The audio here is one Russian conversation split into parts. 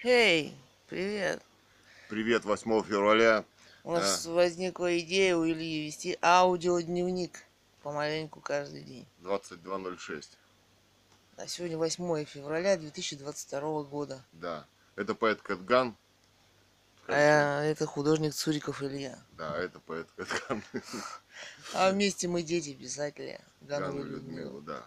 Эй, привет. Привет, 8 февраля. У нас возникла идея у Ильи вести аудиодневник помаленьку каждый день. 22:06. А сегодня 8 февраля 2022 года. Да. Это поэт Кэтган. А это художник Цуриков Илья. Да, это поэт Кэтган. А вместе мы дети писателя Гану Гану и Людмилу. Людмилу, да.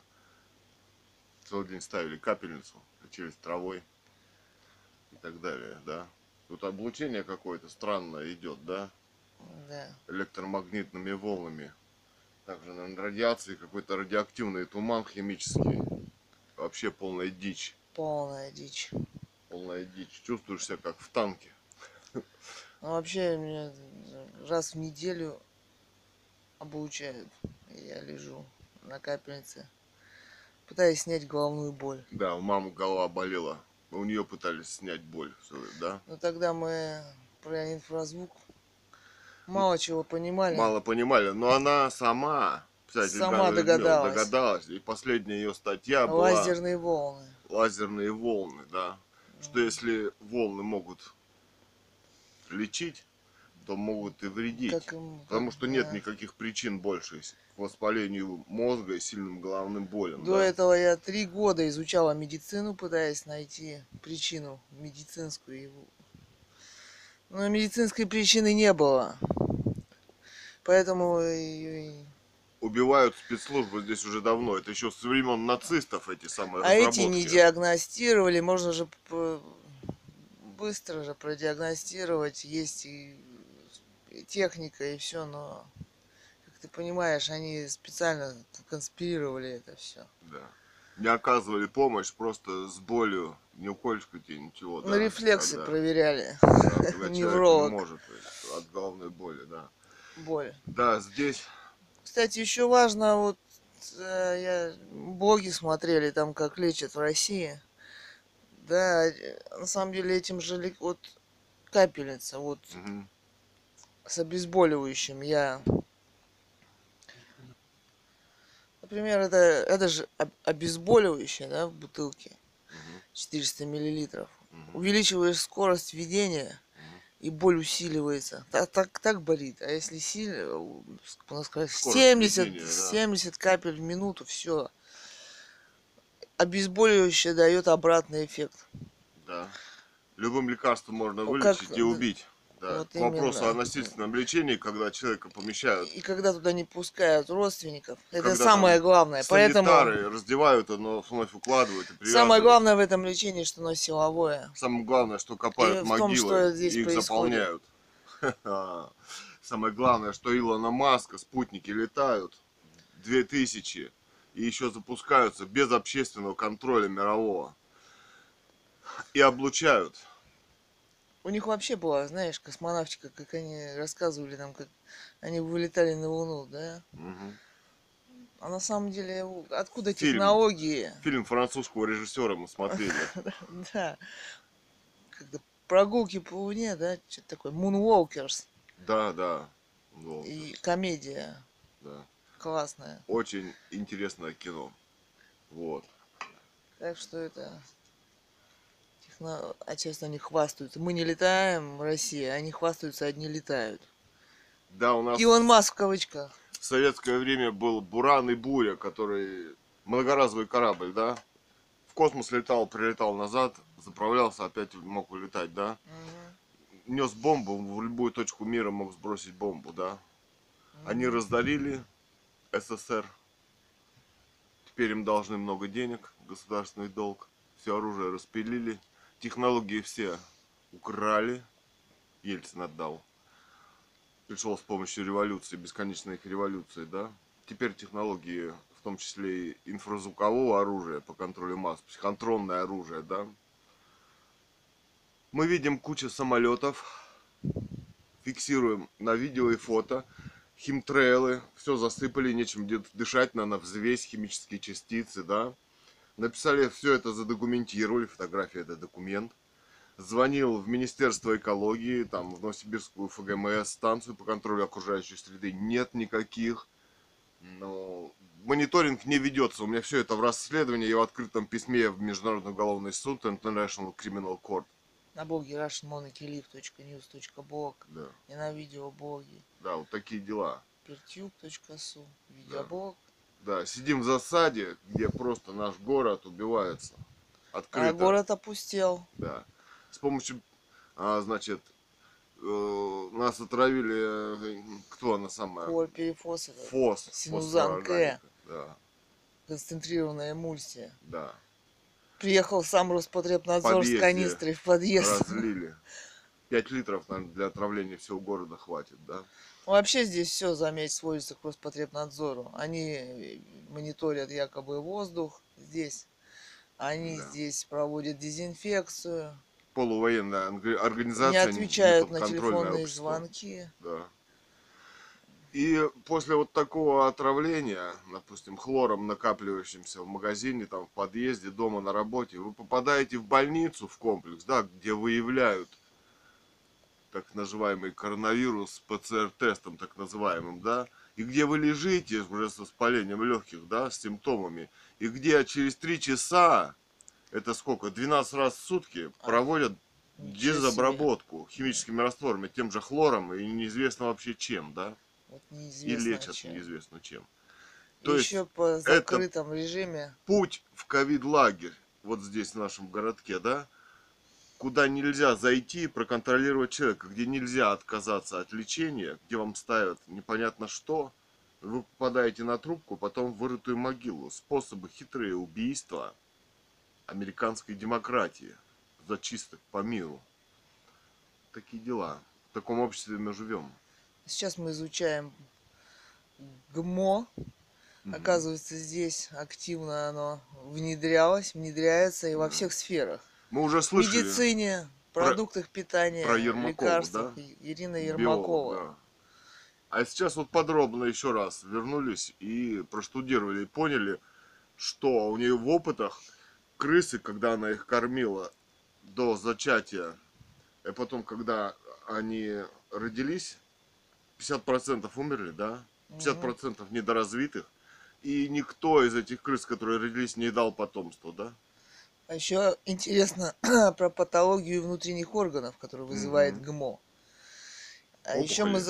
Целый день ставили капельницу, лечились травой и так далее, да. Тут облучение какое-то странное идет, да? Да. Электромагнитными волнами. Также, наверное, радиации, какой-то радиоактивный туман химический. Вообще полная дичь. Полная дичь. Полная дичь. Чувствуешь себя как в танке. Ну, вообще меня раз в неделю облучают. Я лежу на капельнице, пытаясь снять головную боль. Да, у мамы голова болела. У нее пытались снять боль, да? Но тогда мы про инфразвук мало чего понимали. Мало понимали, но она сама, писатель Сама Ганна Людмила, догадалась. догадалась. И последняя ее статья была Лазерные волны. «Лазерные волны», да. Что если волны могут лечить, то могут и вредить. Потому что нет никаких причин больше к воспалению мозга и сильным головным болям. До этого я 3 года изучала медицину, пытаясь найти причину медицинскую. Но медицинской причины не было. Поэтому убивают спецслужбы здесь уже давно. Это еще со времен нацистов эти самые эти разработки. не диагностировали. Можно же быстро же продиагностировать. Есть и техника, и все, но как ты понимаешь, они специально конспирировали это все. Да. Не оказывали помощь, просто с болью, не укольчку тебе, ничего. На рефлексы проверяли. Да, когда Невролог. человек не может от головной боли, да. Боль. Да, здесь. Кстати, еще важно, вот я блоги смотрели, там как лечат в России. Да, на самом деле этим же вот капельница, вот с обезболивающим я. Например, это же обезболивающее, да, в бутылке. 400 миллилитров. Увеличиваешь скорость введения, и боль усиливается. Так болит. А если сильно, 70 капель в минуту, все. Обезболивающее дает обратный эффект. Да. Любым лекарством можно вылечить и убить. Да. Вот К вопросу именно. о насильственном лечении, когда человека помещают. И когда туда не пускают родственников. Это самое главное. Санитары Поэтому раздевают, но вновь укладывают и привязывают. самое главное в этом лечении, что оно силовое. Самое главное, что копают могилы и их заполняют. Самое главное, что Илона Маска, спутники летают 2000 и еще запускаются без общественного контроля мирового. И облучают. У них вообще была, знаешь, космонавтика, как они рассказывали нам, как они вылетали на Луну, да? А на самом деле, откуда технологии? Фильм французского режиссера мы смотрели. Да. Когда прогулки по Луне, да, что-то такое, Moonwalkers. Да. И комедия. Да. Классная. Очень интересное кино. Вот. Так что это... А часто они хвастаются. Мы не летаем в России, они хвастаются, одни летают. Да, у нас... Илон Маск в кавычках. В советское время был Буран и Буря, который... Многоразовый корабль, да? В космос летал, прилетал назад, заправлялся, опять мог улетать, да? Нес бомбу, в любую точку мира мог сбросить бомбу, да? Они раздарили СССР. Теперь им должны много денег, государственный долг. Все оружие распилили. Технологии все украли. Ельцин отдал. Пришел с помощью революции, бесконечных революций, да? Теперь технологии, в том числе и инфразвукового оружия по контролю масс, психотронное оружие, да? Мы видим кучу самолетов, фиксируем на видео и фото, химтрейлы, все засыпали, нечем дышать, надо взвесь, химические частицы, да? Написали, все это задокументировали, фотография это документ. Звонил в Министерство экологии, там в Новосибирскую ФГМС, станцию по контролю окружающей среды. Нет никаких. Но мониторинг не ведется. У меня все это в расследовании. Я в открытом письме в Международный уголовный суд International Criminal Court На блоге russianmonarchylive.news.blog Да. и на видеоблоге. Да, вот такие дела. Pertube.su, видеоблог. Да, сидим в засаде, где просто наш город убивается. Открыто. А город опустел. Да. С помощью, значит, нас отравили, кто она самая? Клорперифос, ФОС. синузан К. Да. Концентрированная эмульсия. Да. Приехал сам Роспотребнадзор с канистрой в подъезд. Разлили. 5 литров, наверное, для отравления всего города хватит, да? Вообще здесь все, заметь, сводится к Роспотребнадзору. Они мониторят якобы воздух здесь. Они здесь проводят дезинфекцию. Полувоенная организация. Не отвечают на неподконтрольное телефонные обществу. звонки. Да. И после вот такого отравления, допустим, хлором, накапливающимся в магазине, там, в подъезде, дома, на работе, вы попадаете в больницу, в комплекс, да, где выявляют так называемый коронавирус ПЦР-тестом, так называемым, да, и где вы лежите уже с воспалением легких, да, с симптомами, и где через 3 часа, это сколько, 12 раз в сутки проводят дезобработку химическими растворами, тем же хлором и неизвестно вообще чем, да. Вот И лечат чем. неизвестно чем. То еще есть по закрытом режиме. Путь в ковид-лагерь, вот здесь в нашем городке, да, куда нельзя зайти, проконтролировать человека, где нельзя отказаться от лечения, где вам ставят непонятно что, вы попадаете на трубку, потом в вырытую могилу. Способы хитрые убийства американской демократии, зачисток по миру. Такие дела. В таком обществе мы живем. Сейчас мы изучаем ГМО. Оказывается, здесь активно оно внедряется и во всех сферах. Мы уже слышали. В медицине, продуктах питания, про Ермакова, лекарствах. Да? Ирина Ермакова. Биолог, да. А сейчас вот подробно еще раз вернулись и проштудировали, и поняли, что у нее в опытах крысы, когда она их кормила до зачатия, и потом, когда они родились, 50% умерли, да? 50% недоразвитых. И никто из этих крыс, которые родились, не дал потомства, да? А еще интересно про патологию внутренних органов, которая вызывает ГМО. А опухоли. Еще мы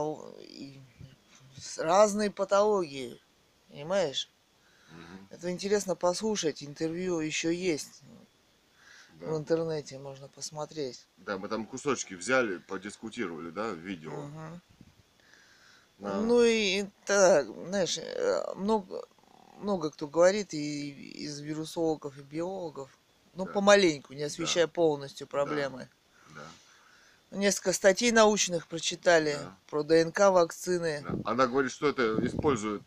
разные патологии, понимаешь? Это интересно послушать. Интервью еще есть. Да. В интернете можно посмотреть. Да, мы там кусочки взяли, подискутировали, да, в видео. Да. Ну и так, знаешь, много кто говорит и из вирусологов, и биологов, но помаленьку, не освещая полностью проблемы. Да. Несколько статей научных прочитали про ДНК вакцины. Да. Она говорит, что это используют,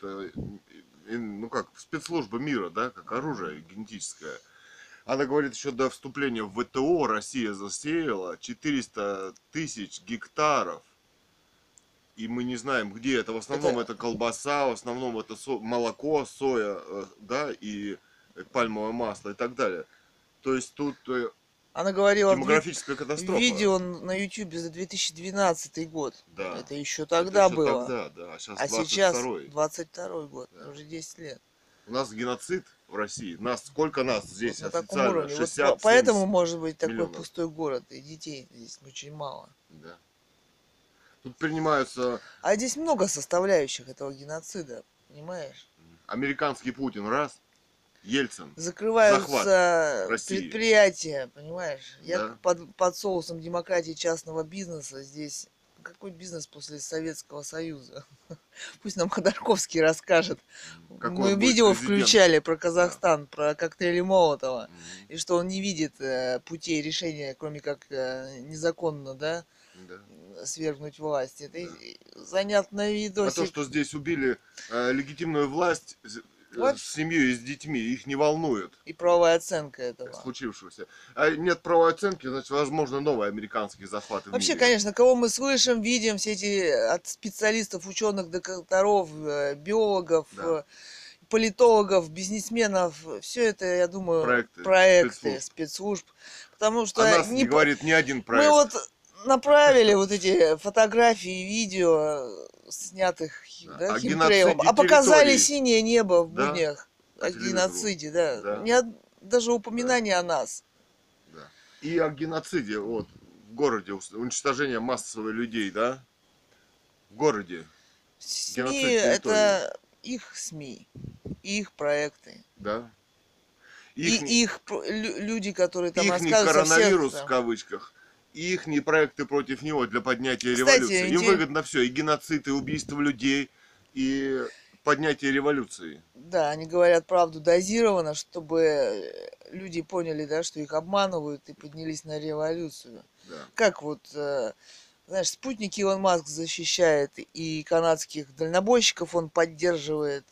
ну как, спецслужбы мира, да, как оружие генетическое. Она говорит, еще до вступления в ВТО Россия засеяла 400 тысяч гектаров. И мы не знаем, где это. В основном это колбаса, в основном это молоко, соя, да, и пальмовое масло и так далее. То есть тут она говорила демографическая катастрофа. Видео на YouTube за 2012 год. Да. Это еще тогда это еще было. Тогда, да. А сейчас 22 год, да. Уже 10 лет. У нас геноцид в России. Сколько нас здесь вот официально? 60, вот поэтому может быть такой миллионов. Пустой город. И детей здесь очень мало. Да. Тут принимаются... А здесь много составляющих этого геноцида, понимаешь? Американский Путин, раз. Ельцин. Закрываются предприятия, понимаешь? Да. Я под соусом демократии частного бизнеса здесь... Какой бизнес после Советского Союза? Пусть нам Ходорковский расскажет. Мы видео включали про Казахстан, про коктейли Молотова. И что он не видит путей решения, кроме как незаконно, да? Свергнуть власть. Это занятно видосик. А то, что здесь убили легитимную власть с семьей и с детьми, их не волнует. И правовая оценка этого. Случившегося. А нет правовой оценки, значит, возможно, новые американские захваты. Вообще, конечно, кого мы слышим, видим, все эти от специалистов, ученых, докторов, биологов, политологов, бизнесменов, все это, я думаю, проекты спецслужб. Потому что о нас не говорит ни один проект. Мы вот направили вот эти фотографии, видео, снятых химтрейлом, а показали синее небо в буднях о геноциде, да. Даже упоминание о нас. Да. И о геноциде, вот, в городе, уничтожение массовых людей, да, в городе, СМИ геноцид территории, это их СМИ, их проекты. да. И Ихний, люди, которые там ихний рассказывают со всех коронавирус, в там. кавычках, ихние проекты против него для поднятия Кстати, революции. Им выгодно все, и геноцид, и убийство людей, и поднятие революции. да, они говорят правду дозированно, чтобы люди поняли, да, что их обманывают и поднялись на революцию. Да. Как вот, знаешь, спутники Илон Маск защищает, и канадских дальнобойщиков он поддерживает.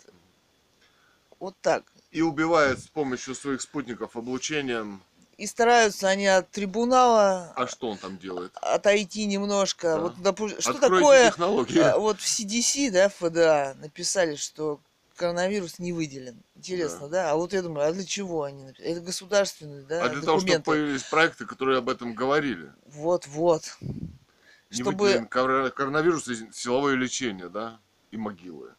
Вот так. И убивает с помощью своих спутников облучением. И стараются они от трибунала А что он там делает? отойти немножко. Да. Вот, что Откройте такое? технологии. Вот в CDC, да, в ФДА написали, что коронавирус не выделен. Интересно, да? А вот я думаю, а для чего они написали? Это государственные, да, А для того, чтобы документы. появились проекты, которые об этом говорили. Вот. Не Чтобы выделен коронавирус и силовое лечение, да? И могилы.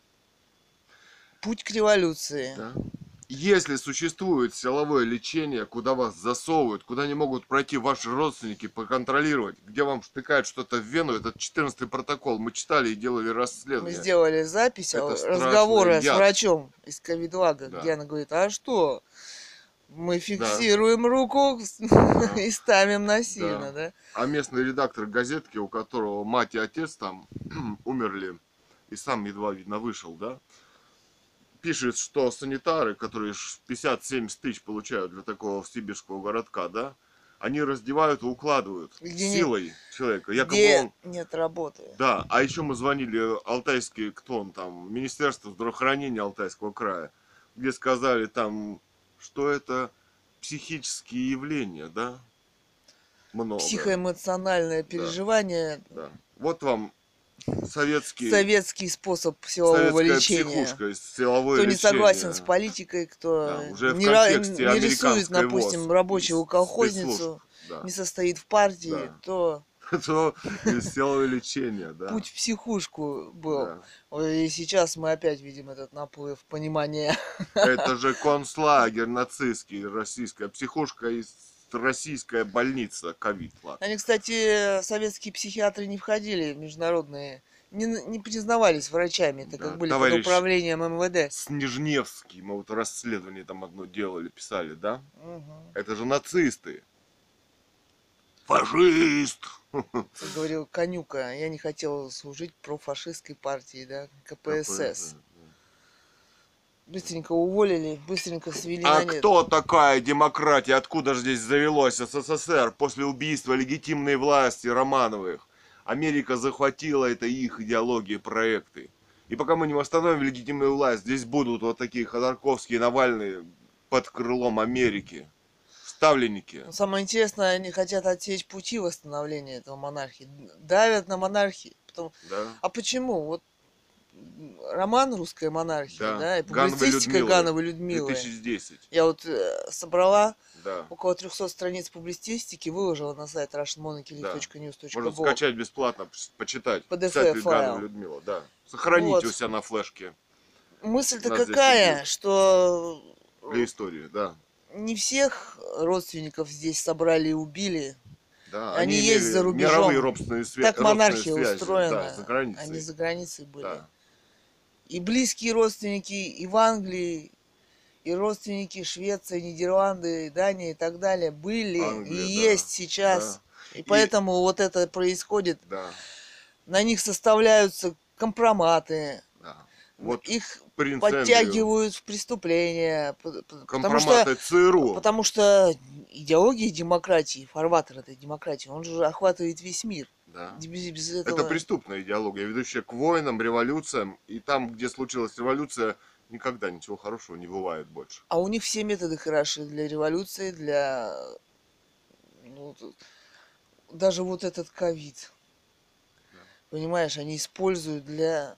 путь к революции. Да. Если существует силовое лечение, куда вас засовывают, куда не могут пройти ваши родственники, поконтролировать, где вам штыкают что-то в вену, этот 14-й протокол, мы читали и делали Мы расследование. сделали запись, Это разговоры страшный с яд. врачом из ковид-лага, Да. где она говорит, а что? Мы Да. фиксируем руку Да. и ставим насильно, Да. да? А местный редактор газетки, у которого мать и отец там умерли, и сам едва видно вышел, да, пишет, что санитары, которые 50-70 тысяч получают для такого сибирского городка, да, они раздевают и укладывают Где силой человека. Якобы Где он... нет работы. Да, а еще мы звонили Алтайский, кто он там, Министерство здравоохранения Алтайского края, где сказали там, что это психические явления, да, много. Психоэмоциональное переживание. Да. Вот вам советский, Советский способ силового советская лечения. психушка, силовое Кто лечение. не согласен с политикой, кто Да, уже в не контексте не рисует, американской допустим, ВОЗ, рабочего из колхозницу, спецслужб, да. не состоит в партии, Да. то То силовое лечение, да. путь в психушку был. Да. Ой, и сейчас мы опять видим этот наплыв понимания. Это же концлагерь нацистский, российская психушка и российская больница ковид. Они, кстати, советские психиатры не входили в международные, не признавались врачами, так Да, как были под товарищ управлением МВД. Снежневский, мы вот расследование там одно делали, писали, да? Угу. Это же нацисты. Фашист! Как говорил Конюка, я не хотел служить профашистской партии, да, КПСС. Быстренько уволили, быстренько свели А на нет. кто такая демократия? Откуда же здесь завелось СССР после убийства легитимной власти Романовых? Америка захватила, это их идеологии, проекты. И пока мы не восстановим легитимную власть, здесь будут вот такие Ходорковские, Навальные под крылом Америки. Ставленники. Но самое интересное, они хотят отсечь пути восстановления этого монархии. Давят на монархии. Да. А почему? Вот роман «Русская монархия», Да. да, и Гановой публицистика Людмилы. Гановой Людмилы. 2010. Я вот собрала Да. около 300 страниц публицистики, выложила на сайт russianmonarchy.news.ru. Можно скачать бесплатно, почитать. PDF Писатель файл. Ганова Людмила, да. Сохраните Вот. у себя на флешке Мысль-то Нас здесь какая, убьют. что для истории, да. не всех родственников здесь собрали и убили. Да, Они есть имели за рубежом. мировые родственные Так монархия связи, устроена. да, за границей. Они за границей были. Да. И близкие родственники и в Англии, и родственники Швеции, Нидерланды, Дании и так далее были Англия, и да, есть сейчас. да. И поэтому вот это происходит. Да, На них составляются компроматы. да. Вот Их принц подтягивают в преступления. компроматы ЦРУ. Потому что идеология демократии, фарватер этой демократии, он же охватывает весь мир. Да. Без этого... Это преступная идеология, ведущая к войнам, революциям. И там, где случилась революция, никогда ничего хорошего не бывает больше. А у них все методы хороши для революции, для... Ну, даже вот этот ковид. Да. Понимаешь, они используют для...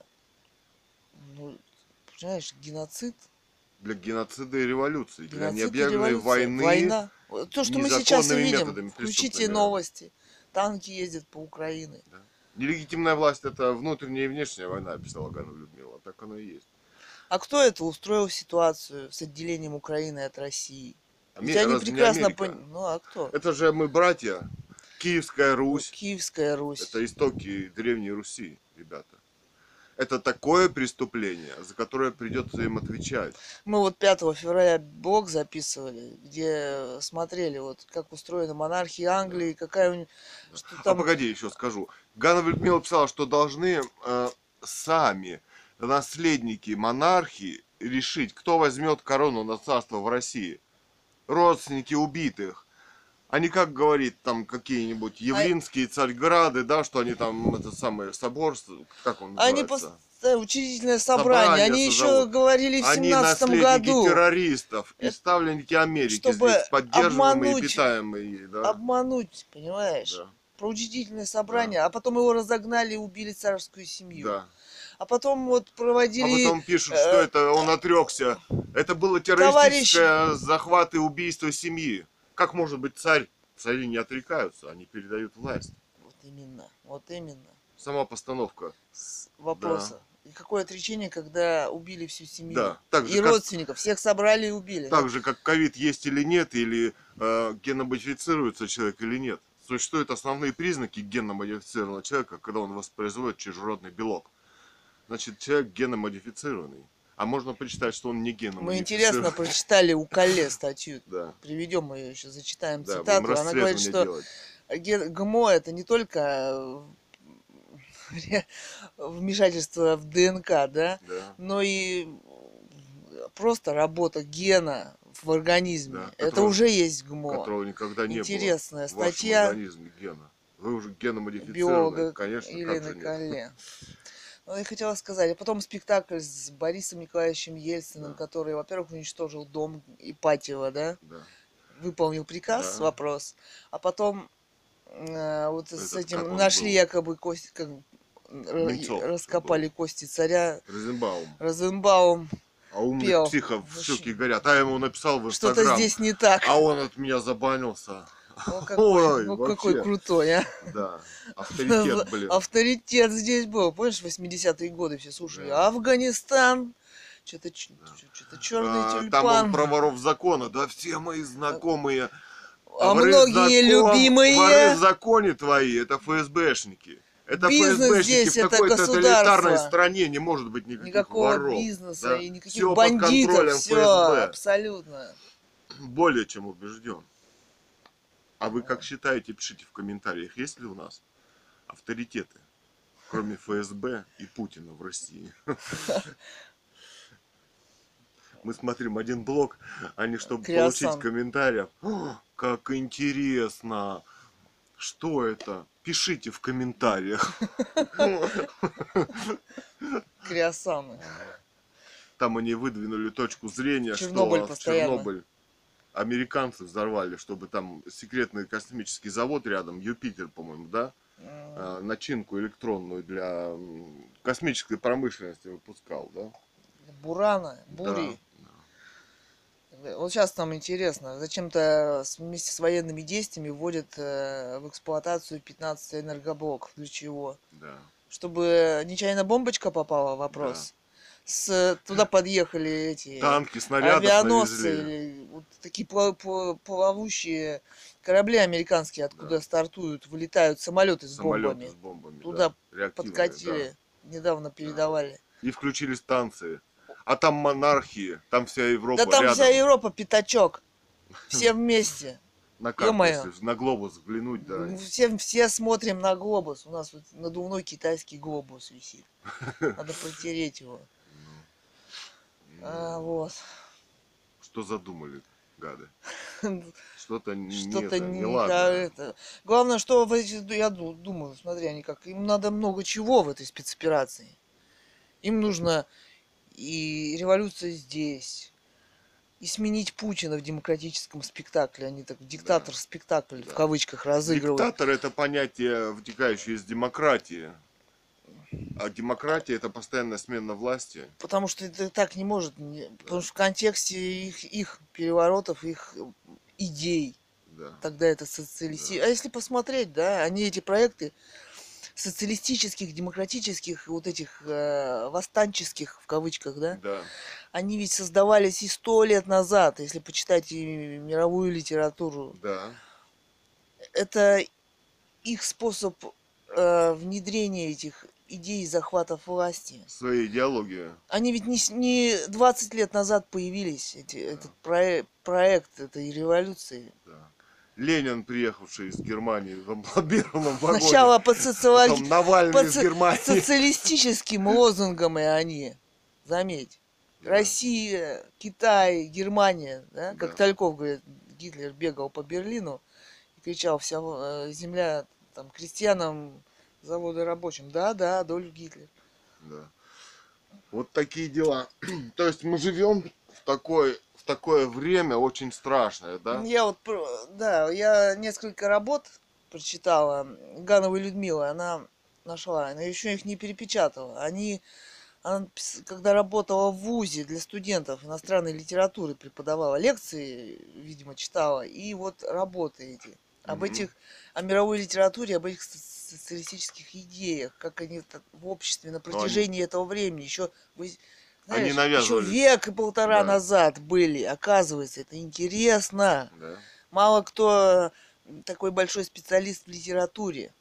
Ну, понимаешь, геноцид. Для геноцида и революции. Для Геноцид и необъявленной революция. войны. Война. То, что мы сейчас и незаконными видим. методами, Включите преступными, да. новости. Танки ездят по Украине. Да. Нелегитимная власть — это внутренняя и внешняя война, писала Ганова Людмила. Так оно и есть. А кто это устроил ситуацию с отделением Украины от России? Ведь они Разве не прекрасно Америка? Ну а кто? Это же мы братья. Киевская Ну, Русь. Киевская Русь. Это истоки Древней Руси, ребята. Это такое преступление, за которое придется им отвечать. Мы вот 5 февраля блог записывали, где смотрели, вот как устроена монархия Англии, какая у них, что А там. погоди, еще скажу. Ганна Людмила писала, что должны сами наследники монархии решить, кто возьмет корону на царство в России. Родственники убитых. А не как говорит там какие-нибудь А, Явлинские Царьграды, да, что они там, это самый собор, как он они называется? учредительное собрание, Собрание они еще созовут. говорили в Они 17 наследники году, террористов и ставленники Америки чтобы здесь, поддерживаемые и обмануть, питаемые, да. обмануть, понимаешь? Да. Про учредительное Да. собрание, а потом его разогнали и убили царскую семью. Да. А потом вот А проводили... потом пишут, что это он отрекся. Это было террористическое захват и убийство семьи. Как может быть царь? Цари не отрекаются, они передают власть. Вот именно, вот именно. Сама постановка. Вопроса. Да. И какое отречение, когда убили всю семью? Да. Так же, и родственников. Всех собрали и убили. Так же, как ковид есть или нет, или геномодифицируется человек или нет. Существуют основные признаки генно-модифицированного человека, когда он воспроизводит чужеродный белок. Значит, человек генно-модифицированный. А можно прочитать, что он не генно-модифицированный. Мы интересно прочитали у Калле статью. Да. Приведем ее еще, зачитаем Да, цитату. Она говорит, что ГМО это не только вмешательство в ДНК, да, но и просто работа гена в организме. Да, это уже есть ГМО. Которого никогда не Интересная было статья. В вашем организме гена. Вы уже геномодифицированы, биолога конечно, Елены Калле. Ну, я хотела сказать, а потом спектакль с Борисом Николаевичем Ельциным, который, во-первых, уничтожил дом Ипатьева, да? Выполнил приказ, вопрос. А потом с этим нашли якобы кости, Немцов, раскопали кости царя. Розенбаум. А умных пел. Психов щеки горят. А я ему написал в Инстаграм. Что-то здесь не так. А он от меня забанился. Какой крутой, а? Да, авторитет, блин. Авторитет здесь был. Помнишь, 80-е годы все слушали? Да. Афганистан. Что-то черный тюльпан. Там он про воров закона. Да все мои знакомые. А многие любимые. Воры в законе твои, это ФСБшники. Это бизнес здесь, в такой тоталитарной стране не может быть никакого воров. Бизнеса Да? и никаких все бандитов. Все ФСБ. абсолютно. Более чем убежден. А вы как считаете, пишите в комментариях, есть ли у нас авторитеты, кроме ФСБ и Путина в России? Мы смотрим один блог, а не чтобы получить комментариев. Как интересно! Что это? Пишите в комментариях. Криосаны. Там они выдвинули точку зрения, Чернобыль что Чернобыль американцы взорвали, чтобы там секретный космический завод рядом, Юпитер, по-моему, да? Начинку электронную для космической промышленности выпускал, да? Бурана, бури. Да. Вот сейчас нам интересно, зачем-то вместе с военными действиями вводят в эксплуатацию 15 энергоблоков. Для чего? Да. Чтобы нечаянно бомбочка попала, вопрос. Да. Туда подъехали эти танки, снаряды, авианосцы, вот такие плавающие корабли американские, откуда стартуют, вылетают самолеты с бомбами. Туда подкатили, недавно передавали. И включили станции. А там монархии, там вся Европа. Да там рядом. Вся Европа пятачок. Все вместе. На карту, если на глобус взглянуть, да. Все смотрим на глобус. У нас вот надувной китайский глобус висит. Надо протереть его. Вот. Что задумали, гады? Что-то не ладно. Главное, что я думаю, смотри, они как. Им надо много чего в этой спецоперации. Им нужно и революция здесь, и сменить Путина в демократическом спектакле. Они так диктатор-спектакль в кавычках разыгрывают. Диктатор — это понятие, вытекающее из демократии. А демократия — это постоянная смена власти. Потому что это так не может. Потому что в контексте их переворотов, их идей, тогда это социалистические. А если посмотреть, да, они эти проекты социалистических, демократических, вот этих восстанческих, в кавычках, да, они ведь создавались и 100 лет назад, если почитать и мировую литературу. Да. Это их способ внедрения этих идей захватов власти. Своей идеологии. Они ведь не 20 лет назад появились, этот проект этой революции. Да. Ленин, приехавший из Германии в амплобированном вагоне. Сначала под Навальный из Германии. социалистическим лозунгом, и они, заметь, Да. Россия, Китай, Германия, да? Как Да. Тальков говорит, Гитлер бегал по Берлину и кричал: вся земля там крестьянам, заводы рабочим. Да, Адольф Гитлер. Да. Вот такие дела. То есть мы живем в такое время очень страшное, да? Я несколько работ прочитала Гановой Людмилы, она нашла, она еще их не перепечатала. Она, когда работала в ВУЗе для студентов иностранной литературы, преподавала лекции, видимо, читала, и вот работы эти о мировой литературе, об этих социалистических идеях, как они в обществе на протяжении этого времени еще, знаешь, еще навязывались. век и полтора Да. назад были. Оказывается, это интересно. Да. Мало кто такой большой специалист в литературе,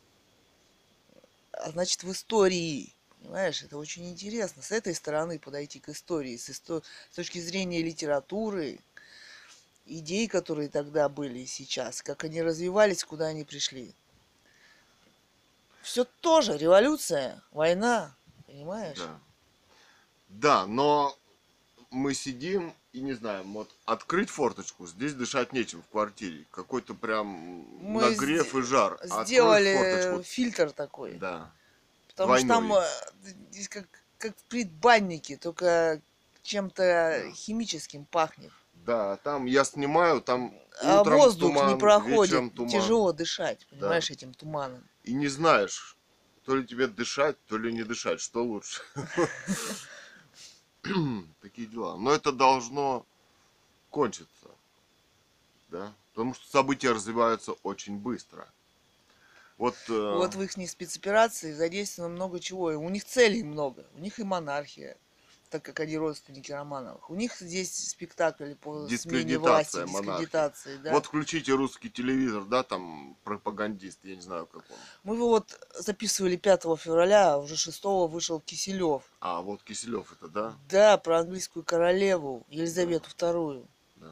а значит в истории. Понимаешь, это очень интересно. С этой стороны подойти к истории, с точки зрения литературы, идей, которые тогда были и сейчас, как они развивались, куда они пришли. Все тоже революция, война, понимаешь? Да. Да, но мы сидим и не знаем, вот открыть форточку, здесь дышать нечем в квартире. Какой-то прям Мы нагрев и жар. Открой сделали форточку. фильтр такой. Да. Потому Двойной. что там здесь как в предбаннике, только чем-то химическим пахнет. Да, там я снимаю, там А утром воздух туман, не проходит, вечером туман. тяжело дышать, понимаешь, этим туманом. И не знаешь, то ли тебе дышать, то ли не дышать, что лучше. Такие дела. Но это должно кончиться. Да? Потому что события развиваются очень быстро. Вот В их спецоперации задействовано много чего. И у них целей много. У них и монархия, так как они родственники Романовых. У них здесь спектакль по смене власти, дискредитации. Да? Вот включите русский телевизор, да, там пропагандист, я не знаю, как он. Мы его вот записывали 5 февраля, а уже 6 вышел Киселев. А, вот Киселев это, да? Да, про английскую королеву Елизавету II. Да.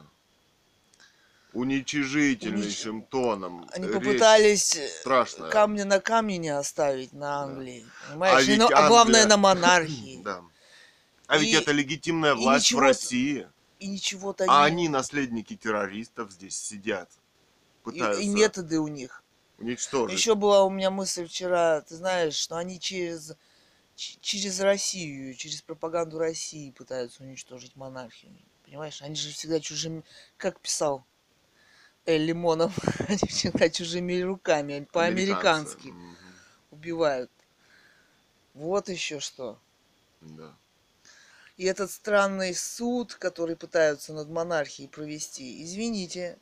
Уничижительнейшим тоном. Они попытались страшная. камня на камне не оставить на Англии. Да. Понимаешь? А главное на монархии. Да. А ведь это легитимная власть в России. И ничего-то А они наследники террористов здесь сидят. Пытаются и методы у них. уничтожить. Еще была у меня мысль вчера, ты знаешь, что они через Россию, через пропаганду России пытаются уничтожить монархию. Понимаешь? Они же всегда чужими, как писал Лимонов, они всегда чужими руками, по-американски убивают. Вот еще что. Да. И этот странный суд, который пытаются над монархией провести, извините,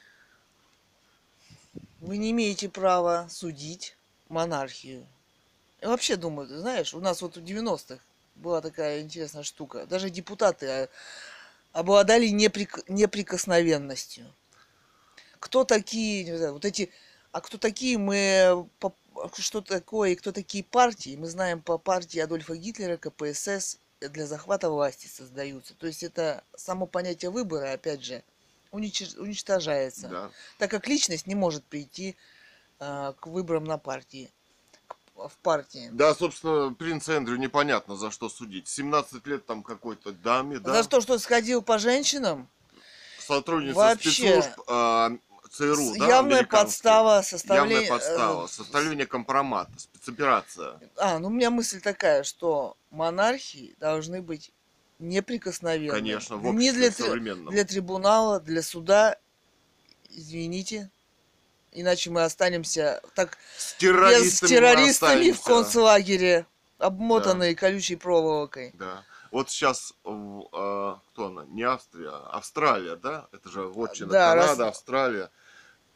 вы не имеете права судить монархию. Я вообще думаю, ты знаешь, у нас вот в 90-х была такая интересная штука. Даже депутаты обладали неприкосновенностью. Кто такие, не знаю, вот эти... А кто такие мы... Что такое и кто такие партии? Мы знаем по партии Адольфа Гитлера, КПСС для захвата власти создаются. То есть это само понятие выбора, опять же, уничтожается. Да. Так как личность не может прийти к выборам в партии. Да, собственно, принц Эндрю непонятно за что судить. 17 лет там какой-то даме, да? За то, что сходил по женщинам? Сотрудница вообще спецслужб ЦРУ, да? Явная подстава, Явная подстава, составление компромата, спецоперация. У меня мысль такая, что монархии должны быть неприкосновенны. Конечно, в Не обществе современном. для трибунала, для суда, извините. Иначе мы останемся так с террористами в концлагере, обмотанные колючей проволокой. Да. Вот сейчас, кто она? Не Австрия, Австралия, да? Это же вотчина Канада, Австралия.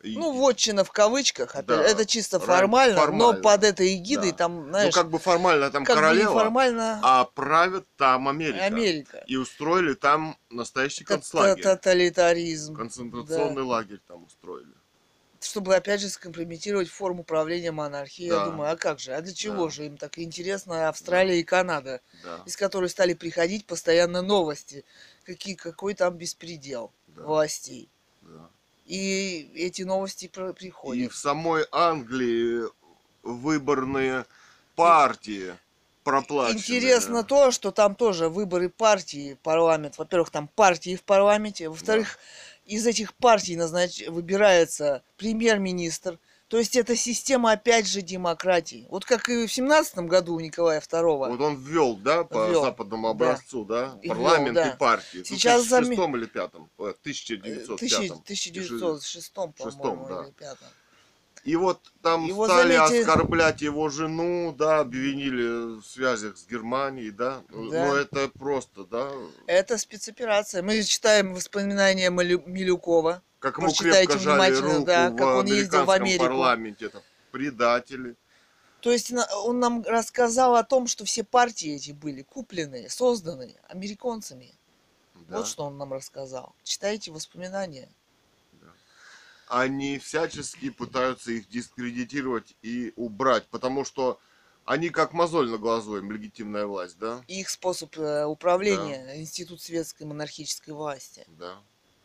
Ну, вотчина в кавычках, опять, Да, это чисто формально, но формально. под этой эгидой Да. там, Ну, знаешь, как бы формально там как бы королева, неформально а правит там Америка. Америка. И устроили там настоящий Это концлагерь. тоталитаризм. Концентрационный Да. лагерь там устроили. Чтобы, опять же, скомпрометировать форму правления монархии. Я Да. думаю, а как же? А для чего Да. же им так интересно Австралия и Канада, Да. из которой стали приходить постоянно новости, какой там беспредел Да. властей. Да. И эти новости И приходят. в самой Англии выборные партии проплаченные. Интересно то, что там тоже выборы партии, парламент. Во-первых, там партии в парламенте. Во-вторых, из этих партий выбирается премьер-министр. То есть это система, опять же, демократии. Вот как и в 17 году у Николая II. Вот он ввел, да, по Ввел, западному образцу, да, И парламент ввел, да. и партии. Сейчас В 1906 или 5-м? 1905. 1906, по-моему, да. или 5. И вот там Его, стали заметьте, оскорблять его жену, да, обвинили в связях с Германией, да. Да. Но это просто, да. Это спецоперация. Мы читаем воспоминания Милюкова. Как ему Прочитайте крепко жали внимательно, руку да, в как он ездил в американском Америку. парламенте. Это предатели. То есть он нам рассказал о том, что все партии эти были куплены, созданы американцами. Да. Вот что он нам рассказал. Читайте воспоминания. Да. Они всячески пытаются их дискредитировать и убрать, потому что они как мозоль на глазу, им легитимная власть, да? Их способ управления, институт светской монархической власти. Да.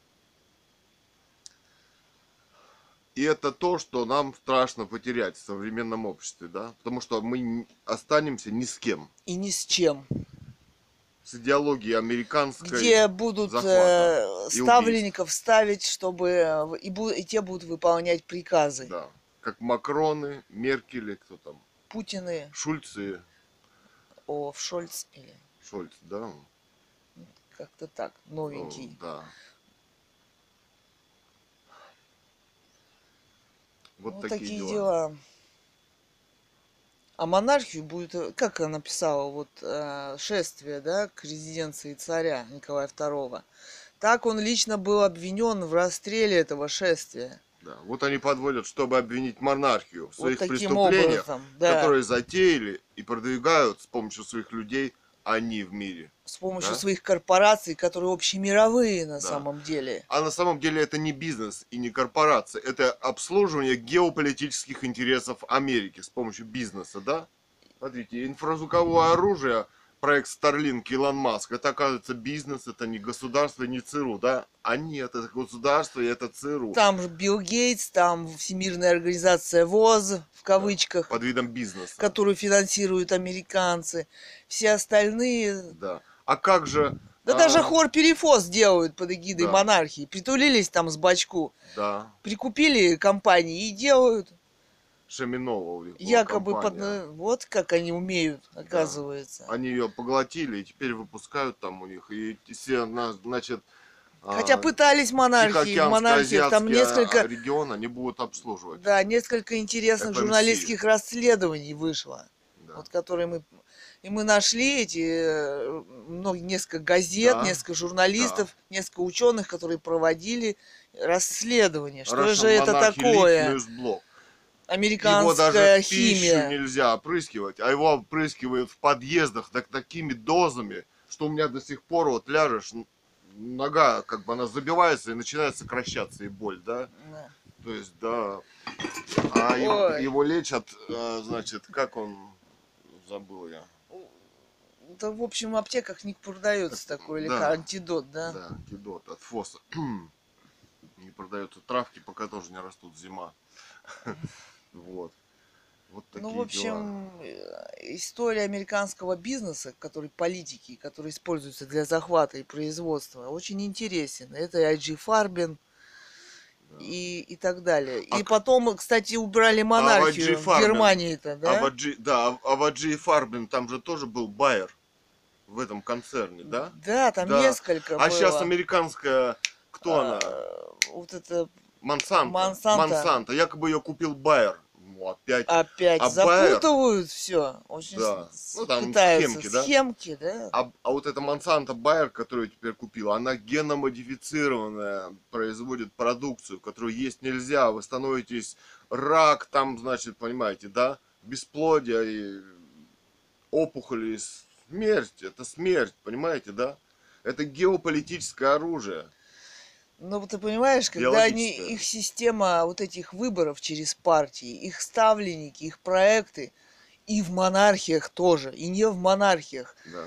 И это то, что нам страшно потерять в современном обществе, да? Потому что мы останемся ни с кем. И ни с чем. С идеологией американской. Где будут ставленников ставить, чтобы и те будут выполнять приказы. Да. Как Макроны, Меркель, кто там? Путины. Шульцы. Шольц или... Шольц, да. Как-то так, новенький. Да. Вот такие дела. А монархию будет, как она писала, вот шествие, да, к резиденции царя Николая II. Так он лично был обвинен в расстреле этого шествия. Да. Вот они подводят, чтобы обвинить монархию в своих вот таким преступлениях, образом, да. которые затеяли и продвигают с помощью своих людей они в мире. С помощью своих корпораций, которые общемировые на Да. самом деле. А на самом деле это не бизнес и не корпорация, это обслуживание геополитических интересов Америки с помощью бизнеса, да? Смотрите, инфразвуковое оружие, проект Starlink, Илон Маск, это оказывается бизнес, это не государство, не ЦРУ, да? А нет, это государство и это ЦРУ. Там Билл Гейтс, там Всемирная организация ВОЗ, в кавычках, под видом бизнеса, которую финансируют американцы. Все остальные... Да. А как же... Да даже хор Перифос делают под эгидой монархии. Притулились там с бачку. Да. Прикупили компании и делают. Шаминова у них якобы компания. вот как они умеют, оказывается. Да. Они ее поглотили и теперь выпускают там у них. И все, значит... Хотя пытались монархии, там несколько региона не будут обслуживать. Да, несколько интересных журналистских расследований вышло. Да. Вот которые мы нашли несколько газет, несколько журналистов, несколько ученых, которые проводили расследование. Что же это такое? Американская его даже химия. Пищу нельзя опрыскивать, а его опрыскивают в подъездах такими дозами, что у меня до сих пор вот ляжешь, нога как бы она забивается и начинает сокращаться и боль, да? То есть, да. А его лечат, значит, как он, забыл я. Да, в общем, в аптеках не продается такой антидот, да? Да, антидот от ФОСа. Не продаются травки, пока тоже не растут, зима. Вот. Вот такие в общем, история американского бизнеса, политики, который используется для захвата и производства, очень интересен. Это и IG Farben, и так далее. И потом, кстати, убрали монархию в Германии-то, да? А в IG Farben там же тоже был Байер в этом концерне, да? Да, там несколько было. А сейчас американская, кто она? Вот это... Монсанто. Якобы ее купил Байер. Ну, опять. Опять А Байер, запутывают все. Очень да. Ну, там пытаются. схемки, да? Схемки, да. А вот эта Монсанто Байер, которую я теперь купил, она геномодифицированная, производит продукцию, которую есть нельзя. Вы становитесь рак, там, значит, понимаете, да? Бесплодие, и опухоли, смерть. Это смерть, понимаете, да? Это геополитическое оружие, Ну, ты понимаешь, когда они, биологическое. их система вот этих выборов через партии, их ставленники, их проекты, и в монархиях тоже, и не в монархиях, Да,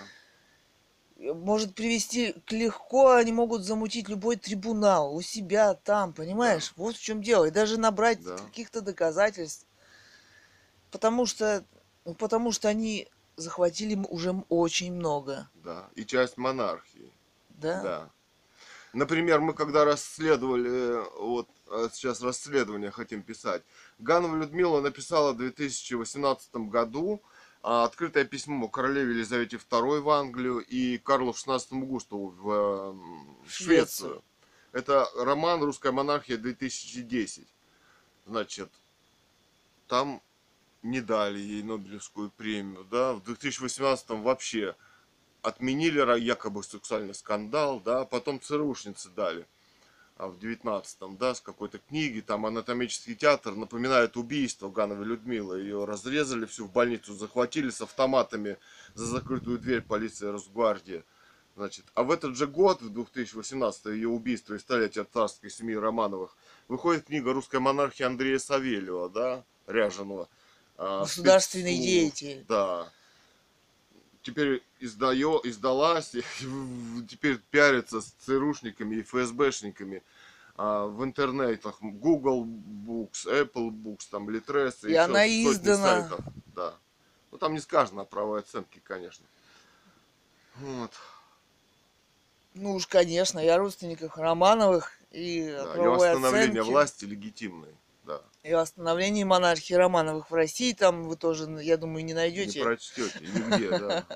может привести к легко, они могут замутить любой трибунал у себя там, да, понимаешь? Вот в чем дело. И даже набрать да, каких-то доказательств. Потому что, ну, потому что они захватили уже очень много. да. И часть монархии, Да? да. Например, мы когда расследовали, вот сейчас расследование хотим писать, Ганова Людмила написала в 2018 году открытое письмо королеве Елизавете II в Англию и Карлу XVI Густаву в В Швецию. Швецию. Это роман «Русская монархия 2010». Значит, там не дали ей Нобелевскую премию, да, в 2018 вообще отменили якобы сексуальный скандал, да, потом ЦРУшницы дали. А в 19-м, да, с какой-то книги, там анатомический театр напоминает убийство Гановой Людмилы. Ее разрезали всю в больницу, захватили с автоматами за закрытую дверь полиции Росгвардии. Значит, а в этот же год, в 2018 ее убийство и столетие царской семьи Романовых, выходит книга «Русская монархия» Андрея Савельева, да, ряженого, Государственный спецслужб, деятель. да. Теперь издалась, теперь пиарится с ЦРУшниками и ФСБшниками в интернетах. Google Books, Apple Books, там Litres и И еще она сотни издана. сайтов. Да. Ну там не сказано о правовой оценке, конечно. Вот. Ну уж, конечно, и о родственниках Романовых, и о Да. И правовой восстановление оценке, власти легитимной. Да. и о становлении монархии Романовых в России. Там вы тоже, я думаю, не Не найдете. прочтете нигде, да.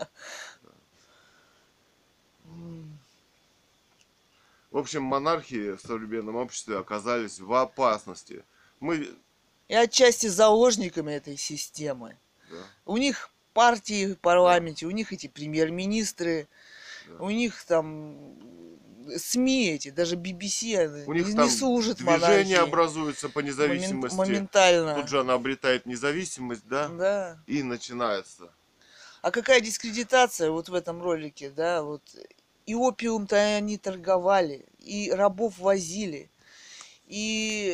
В общем, монархии в современном обществе оказались в опасности. Мы, И отчасти заложниками этой системы. да, У них партии в да, парламенте, у них эти премьер-министры, да. у них там СМИ эти, даже BBC У них не там служит движение монархии образуется по независимости. Тут моментально. же она обретает независимость, да? Да. И начинается. А какая дискредитация вот в этом ролике, да, вот и опиум-то они торговали, и рабов возили, и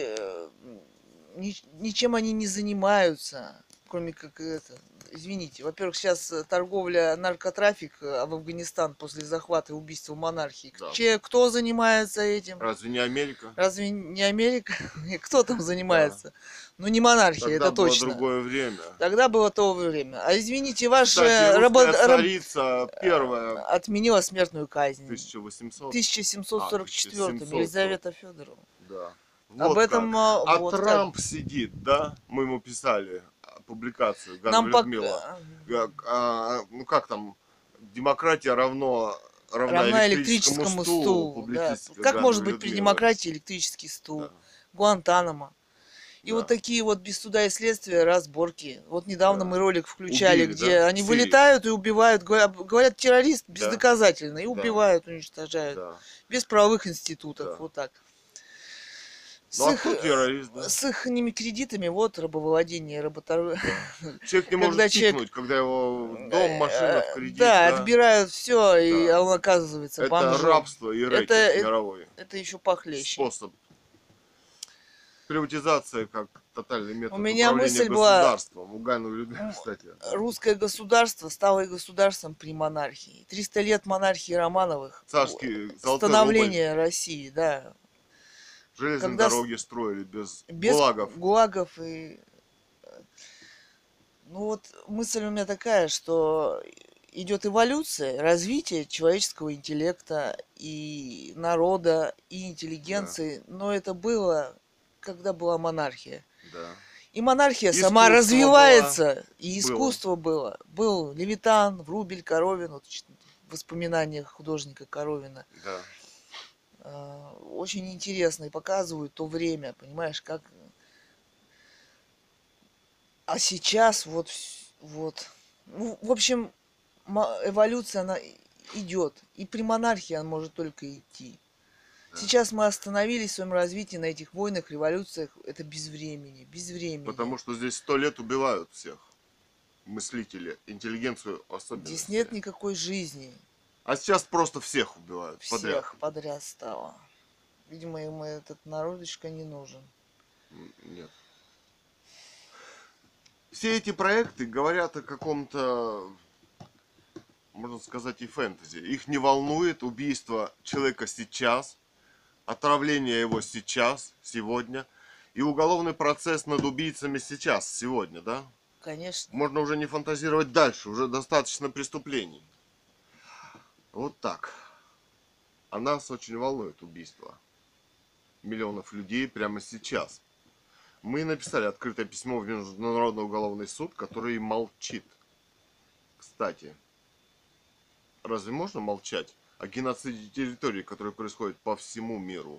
ничем они не занимаются, кроме как это. Извините, во-первых, сейчас торговля, наркотрафик в Афганистан после захвата и убийства монархии. Да. Кто занимается этим? Разве не Америка? Разве не Америка? Кто там Да. занимается? Ну, не монархия, Тогда это было точно. другое время. Тогда было то время. А извините, ваш Кстати, русская царица первая отменила смертную казнь. 1800. 1744 1700. Елизавета Федоровна. Да. Об Вот этом как. А вот как. Трамп сидит, да? Мы ему писали публикацию, Ганова Нам Людмила. Ну как там, демократия равна равна электрическому электрическому стулу, стулу. Да. публицистика Как может Гановой быть при Людмилы. демократии электрический Да, стул? Гуантанамо. И да. вот такие вот без суда и следствия разборки. Вот недавно Да. мы ролик включали, Убили, где да? они В Сирии. вылетают и убивают, говорят террорист Да, бездоказательно, и да, убивают, уничтожают. да, Без правовых институтов, да. вот так. Ну а кто террорист, да? С их кредитами, вот рабовладение, Да. Человек не может Когда человек, пикнуть, когда его дом, машина в кредит, да, да? отбирают все, и Да. он оказывается Это бомжом. рабство и рэкет мировой. Это еще похлеще. Способ. Приватизация как тотальный У метод меня управления мысль была, государством. У Гановой Людмилы, кстати. Да. русское государство стало и государством при монархии. 300 лет монархии Романовых. Царский золотой рубль. Становление России, да. Железные Когда дороги строили без без гулагов. и... Ну вот мысль у меня такая, что идет эволюция, развитие человеческого интеллекта и народа, и интеллигенции. Да. Но это было, когда была монархия. Да. И монархия Искусство сама развивается, было. и искусство было. Был Левитан, Врубель, Коровин, вот в воспоминаниях художника Коровина. Да. Очень интересно и показывают то время, понимаешь, как А сейчас вот, вот. Ну, в общем, эволюция, она идет. И при монархии она может только идти. Да. Сейчас мы остановились в своем развитии на этих войнах, революциях. Это без времени, без времени. Потому что здесь 100 лет убивают всех. Мыслители, интеллигенцию в Здесь особенности. нет никакой жизни. А сейчас просто всех убивают подряд. Всех подряд стало. Видимо, им этот народочка не нужен. Нет. Все эти проекты говорят о каком-то, можно сказать, и фэнтези. Их не волнует убийство человека сейчас, отравление его сейчас, сегодня, и уголовный процесс над убийцами сейчас, сегодня, да? Конечно. Можно уже не фантазировать дальше, уже достаточно преступлений. Вот так. А нас очень волнует убийство миллионов людей прямо сейчас. Мы написали открытое письмо в Международный уголовный суд, который молчит. Кстати, разве можно молчать о геноциде территорий, который происходит по всему миру?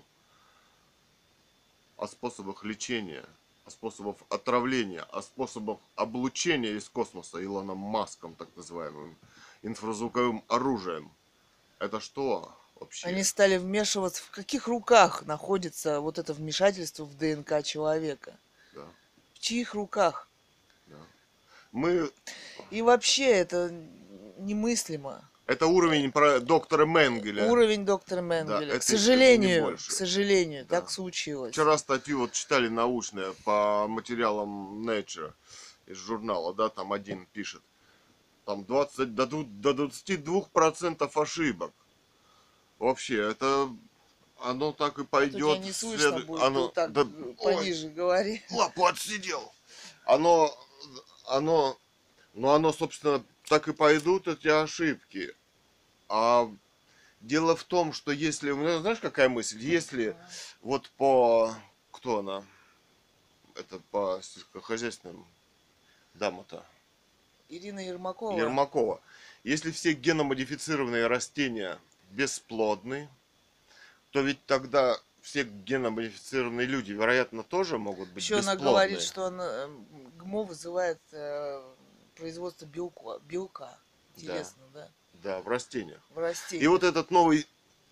О способах лечения, о способах отравления, о способах облучения из космоса Илоном Маском, так называемым, инфразвуковым оружием. Это что вообще? Они стали вмешиваться. В каких руках находится вот это вмешательство в ДНК человека? Да, В чьих руках? да. Мы... И вообще это немыслимо. Это уровень про доктора Менгеля. Уровень доктора Да, Менгеля. это, к сожалению, это не больше. к сожалению, Да. так случилось. Вчера статью вот читали научные по материалам Nature из журнала, да, там один пишет. Там 20, до 22% ошибок. Вообще, это оно так и пойдет. Тут тебя не слышно будет, оно, ты так да, пониже говори. лапу отсидел. Оно, ну оно, собственно, так и пойдут эти ошибки. А дело в том, что если, знаешь, какая мысль? Если вот по, кто она? Это по сельскохозяйственным дама-то. Ирина Ермакова. Ермакова. Если все геномодифицированные растения бесплодны, то ведь тогда все геномодифицированные люди, вероятно, тоже могут быть Еще бесплодны. она говорит, что ГМО вызывает производство белка. Интересно, да? Да, в растениях. В растениях. И вот этот новый,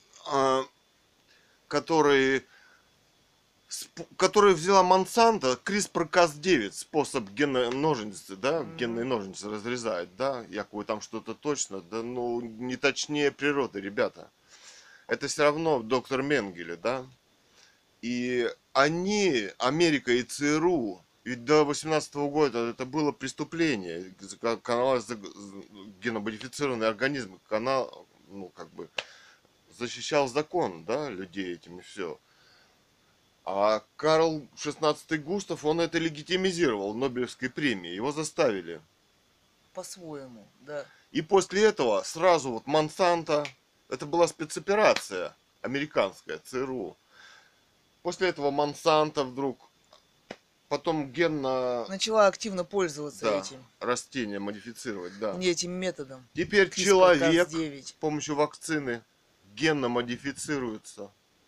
который взяла Монсанто, CRISPR-Cas9, способ генной ножницы, да, генные ножницы разрезает, да, якобы там что-то точно, да, ну, не точнее природы, ребята. Это все равно доктор Менгеле, да. И они, Америка и ЦРУ, ведь до 18 года это было преступление, геномодифицированный организм, ну, как бы, защищал закон, да, людей этим и все. А Карл XVI Густав, он это легитимизировал Нобелевской премией, его заставили. По-своему, да. И после этого сразу вот Монсанто, это была спецоперация американская, ЦРУ. После этого Монсанто вдруг, потом начала активно пользоваться да, этим. растения модифицировать, да. Не этим методом. Теперь человек с помощью вакцины генно модифицируется.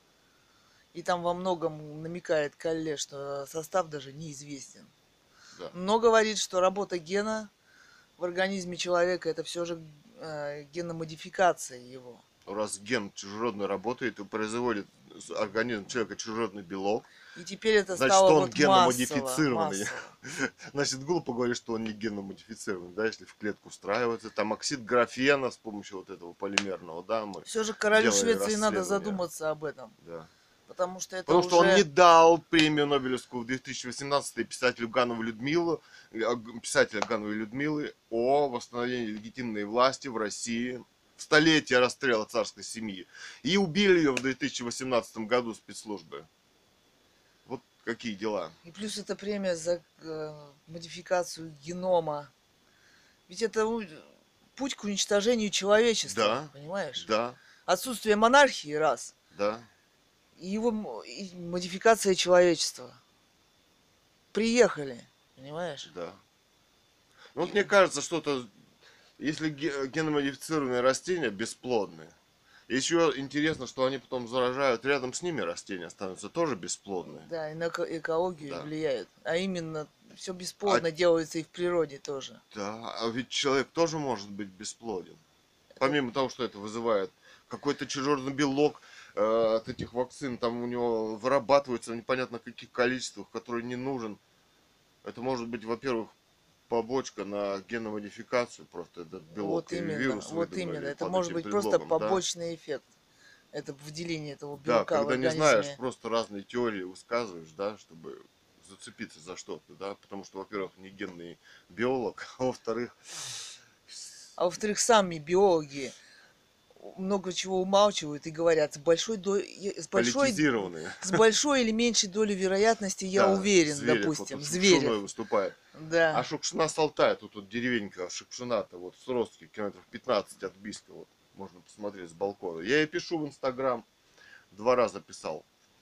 И там во многом намекает Калле, что состав даже неизвестен. Да. Но говорит, что работа гена в организме человека это все же геномодификация его. Раз ген чужеродный работает и производит организм человека чужеродный белок, и теперь это значит, стало он вот геномодифицированный. Массово. Значит, глупо говорить, что он не геномодифицированный, да, если в клетку встраивается. Там оксид графена с помощью вот этого полимерного, да, мы все же королю делали Швеции надо задуматься об этом. Да. Потому что это что он не дал премию Нобелевскую в 2018 писателю Гановой писателя Гановой Людмилы о восстановлении легитимной власти в России в столетие расстрела царской семьи. И убили ее в 2018 году спецслужбы. Вот какие дела. И плюс это премия за модификацию генома. Ведь это путь к уничтожению человечества, да, понимаешь? Да. Отсутствие монархии раз. Да. И его модификация человечества. Приехали, понимаешь? Да. Ну, вот мне кажется, что-то, если геномодифицированные растения бесплодны, еще интересно, что они потом заражают, рядом с ними растения становятся тоже бесплодные. Да, и на экологию влияют. А именно все бесплодно делается и в природе тоже. Да, а ведь человек тоже может быть бесплоден. Помимо того, что это вызывает какой-то чужеродный белок от этих вакцин, там у него вырабатывается в непонятно каких количествах, который не нужен. Это может быть, во-первых, побочка на геномодификацию, просто этот белок Вот или именно, вирус вот выдумали именно. Это под может этим быть просто предлогом, да. побочный эффект. Это выделение этого Да, белка в когда не знаешь, организме. просто разные теории высказываешь, да, чтобы зацепиться за что-то, да, потому что, во-первых, не генный биолог, а во-вторых, А во-вторых, сами биологи много чего умалчивают и говорят, политизированные. с большой или меньшей долей вероятности я Да, уверен, Зверев, вот допустим, тут Зверев. Шукшиной выступает. А Да. Шукшина с Алтая, тут деревенька Шукшина-то, вот с Ростки, километров 15 от Бийска, вот, можно посмотреть с балкона. Я ей пишу в Инстаграм, 2 раза писал.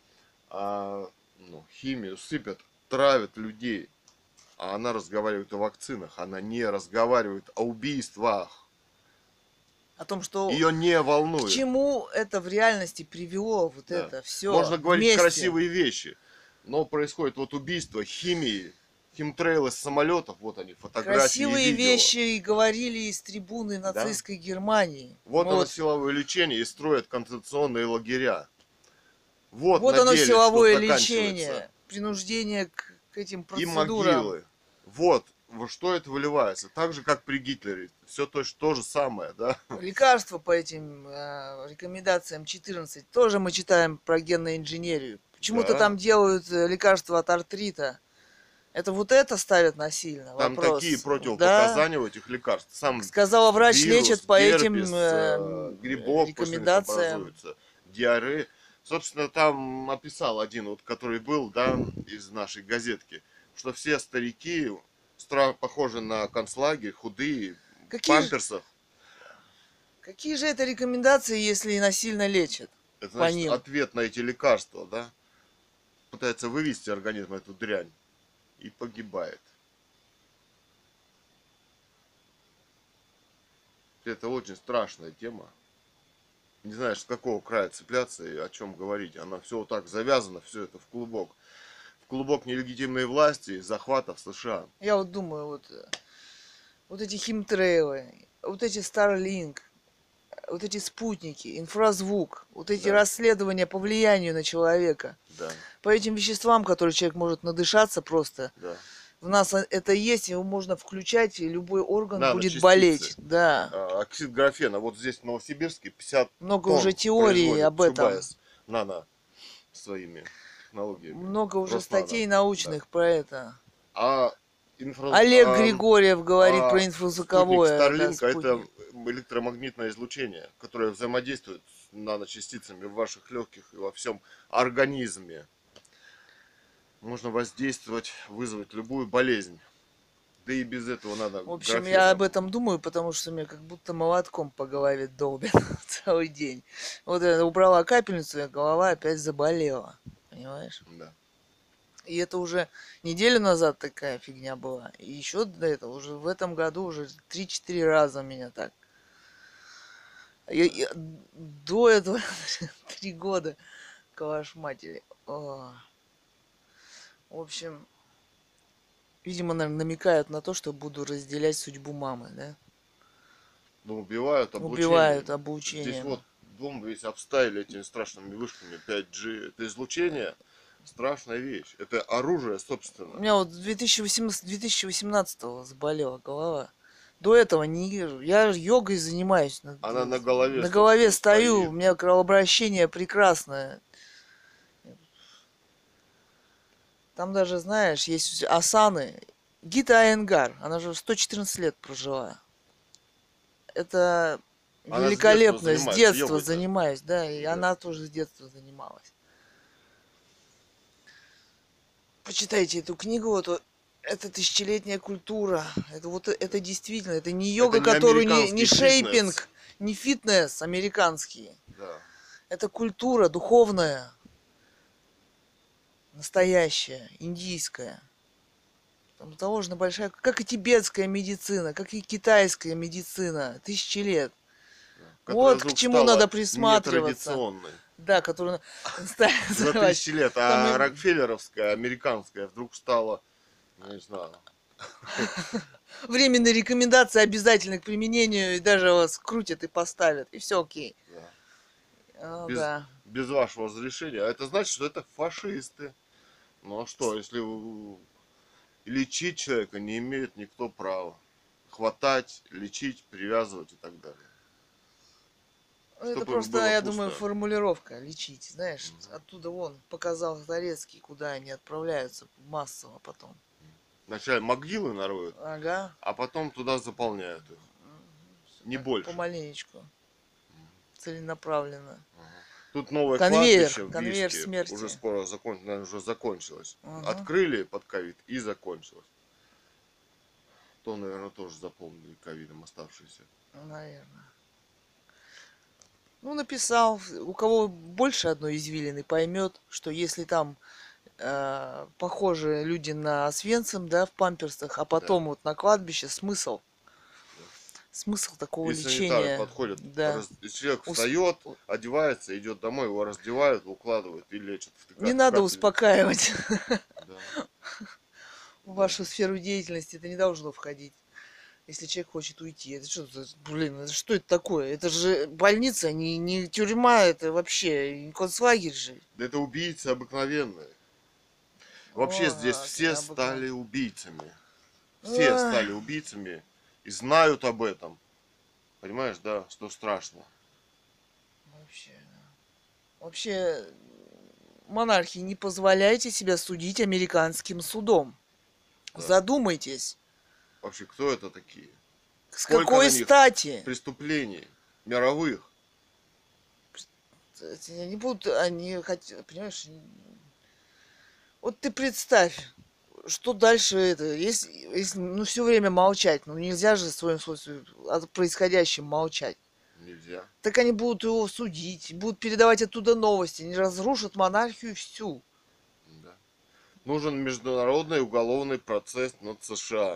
Химию сыпят, травят людей. А она разговаривает о вакцинах, она не разговаривает о убийствах. О том, что Ее не к волнует. чему это в реальности привело, вот Да. это все Можно говорить вместе. красивые вещи, но происходит вот убийство, химии, химтрейлы с самолетов, вот они, фотографии Красивые и видео. вещи и говорили из трибуны нацистской Германии. Вот оно силовое лечение и строят концентрационные лагеря. Вот оно деле, силовое что лечение, принуждение к этим и процедурам. могилы. Вот во что это выливается. Так же, как при Гитлере. Все то же самое, да? Лекарства по этим рекомендациям 14 тоже мы читаем про генную инженерию. Почему-то Да. там делают лекарства от артрита. Это вот это ставят насильно. Там вопрос. такие противопоказания у этих лекарств. Сам Сказала врач, вирус, лечат по герпес, этим грибок после них рекомендациям. образуется, диарея. Собственно, там описал один, вот, который был, да, из нашей газетки, что все старики похожи на концлагерь, худые, в памперсах. Какие же это рекомендации, если и насильно лечат? Это значит ответ на эти лекарства, да? Пытается вывести организм эту дрянь и погибает. Это очень страшная тема. Не знаешь, с какого края цепляться и о чем говорить. Она все вот так завязано, все это в клубок. В клубок нелегитимной власти и захвата в США. Я вот думаю, вот эти химтрейлы, вот эти Starlink, вот эти спутники, инфразвук, вот эти расследования по влиянию на человека. Да. По этим веществам, которые человек может надышаться просто. Да. В нас это есть, его можно включать, и любой орган будет частицы. Болеть. Да. Оксид графена. Вот здесь в Новосибирске 50 много тонн уже теорий об этом. Чубайс, нано своими технологиями. Много уже Роснано. статей научных про это. Олег Григорьев говорит про инфразвуковое. Starlink это электромагнитное излучение, которое взаимодействует с наночастицами в ваших легких и во всем организме. Можно воздействовать, вызвать любую болезнь. Да и без этого надо. В общем, я об этом думаю, потому что мне как будто молотком по голове долбят целый день. Вот я убрала капельницу, и голова опять заболела. Понимаешь? Да. И это уже неделю назад такая фигня была. И еще до этого, уже в этом году уже 3-4 раза меня так. До этого 3 года. Калаш матери. В общем, видимо, намекают на то, что буду разделять судьбу мамы, да? Ну, убивают обучение. Здесь вот дом весь обставили этими страшными вышками 5G. Это излучение. Страшная вещь. Это оружие, собственно. У меня вот 2018-го заболела голова. До этого не езжу. Я йогой занимаюсь. Она на голове. На голове стою. У меня кровообращение прекрасное. Там даже, знаешь, есть асаны. Гита Айенгар. Она же 114 лет прожила. Это она великолепно. С детства йогой-то. занимаюсь. Да, и она тоже с детства занималась. Почитайте эту книгу, вот это тысячелетняя культура. Это действительно, это не йога, это не которую не шейпинг, фитнес. не фитнес американский. Да. Это культура духовная, настоящая, индийская. Там заложена большая, как и тибетская медицина, как и китайская медицина, тысячи лет. Вот к чему надо присматриваться. Да, которая за тысячи лет. А Рокфеллеровская, американская, вдруг стала Не знаю. Временные рекомендации обязательны к применению, и даже вас крутят и поставят, и все окей. Да. Без, Да. без вашего разрешения. А это значит, что это фашисты. Ну а что, если лечить человека не имеет никто права. Хватать, лечить, привязывать и так далее. Это Чтобы им просто, было я думаю, пусто. формулировка лечить, знаешь, оттуда вон показал Зарецкий, куда они отправляются массово потом. Вначале могилы нароют, Ага. а потом туда заполняют их. Не Так, больше. помаленечку. Целенаправленно. Тут новое кладбище Конвейер, в конвейер Бийске смерти. уже скоро наверное, уже закончилось. Ага. Открыли под ковид и закончилось. То, наверное, тоже заполнили ковидом оставшиеся. Наверное. Ну, написал. У кого больше одной извилины, поймет, что если там похожи люди на Освенцим, да, в памперсах, а потом вот на кладбище, смысл. Смысл такого И санитары лечения. подходят, Да. человек встает, одевается, идет домой, его раздевают, укладывают и лечат. Не надо капельницу. успокаивать. Да. В вашу сферу деятельности это не должно входить. Если человек хочет уйти. Это что, блин, это что это такое? Это же больница, не тюрьма, это вообще не концлагерь же. Да это убийцы обыкновенные. Вообще здесь все стали убийцами. Все стали убийцами и знают об этом. Понимаешь, да, что страшно. Вообще, монархи, не позволяйте себя судить американским судом. Да. Задумайтесь. Вообще, кто это такие? С какой стати? Преступлений мировых. Они будут, они хотят, понимаешь, вот ты представь, что дальше это, если ну, все время молчать, ну нельзя же в своем случае о происходящем молчать. Нельзя. Так они будут его судить, будут передавать оттуда новости, они разрушат монархию всю. Да. Нужен международный уголовный процесс над США.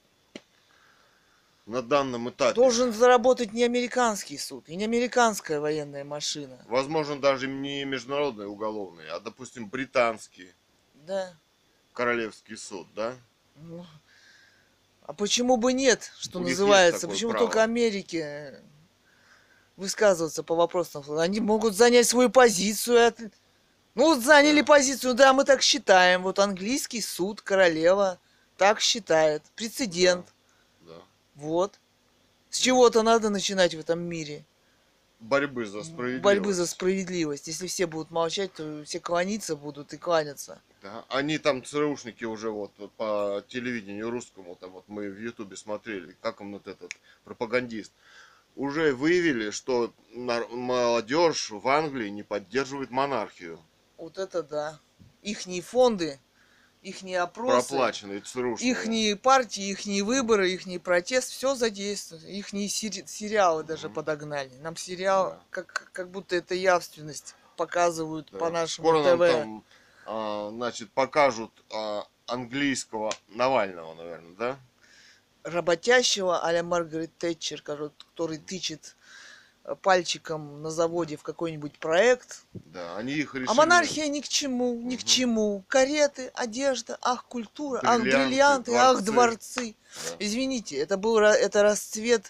На данном этапе. Должен заработать не американский суд и не американская военная машина. Возможно, даже не международный уголовный, а, допустим, британский. Да. Королевский суд, да? Ну, а почему бы нет, что У них называется? есть Почему право. только Америке высказываться по вопросам? Они могут занять свою позицию. Ну вот заняли позицию, да, мы так считаем. Вот английский суд, королева так считает. Прецедент. Да. Вот. С чего-то надо начинать в этом мире. Борьбы за справедливость. Борьбы за справедливость. Если все будут молчать, то все клониться будут и кланяться. Да. Они там, ЦРУшники, уже вот по телевидению русскому, там вот мы в Ютубе смотрели, как он вот этот пропагандист, уже выявили, что молодежь в Англии не поддерживает монархию. Вот это да. Ихние фонды, ихние опросы, проплаченные ЦРУшные. Ихние партии, ихние выборы, ихний протест, все задействовано. Ихние сериалы даже подогнали. Нам сериал, как будто это явственность показывают по нашему Скоро ТВ. нам там, значит, покажут английского Навального, наверное, да? Работящего а-ля Маргарет Тэтчер, который тычет пальчиком на заводе в какой-нибудь проект. Да, они их решили. А монархия ни к чему, ни к чему. Кареты, одежда, ах, культура, ах, бриллианты, дворцы. ах, дворцы. Да. Извините, это расцвет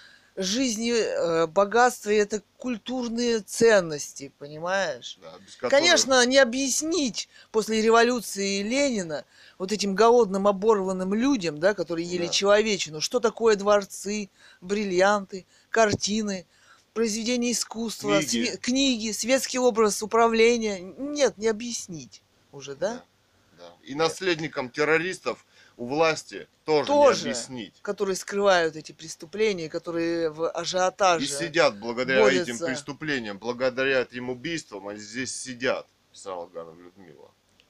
жизни, богатства, и это культурные ценности, понимаешь? Да, без которых... Конечно, не объяснить после революции Ленина вот этим голодным, оборванным людям, да, которые ели человечину, что такое дворцы, бриллианты, картины, произведения искусства, книги, светский образ управления. Нет, не объяснить уже, да? Да. И наследникам террористов у власти тоже не объяснить. Которые скрывают эти преступления, которые в ажиотаже и сидят благодаря борются. этим преступлениям, благодаря этим убийствам, они здесь сидят, писала Ганова Людмила.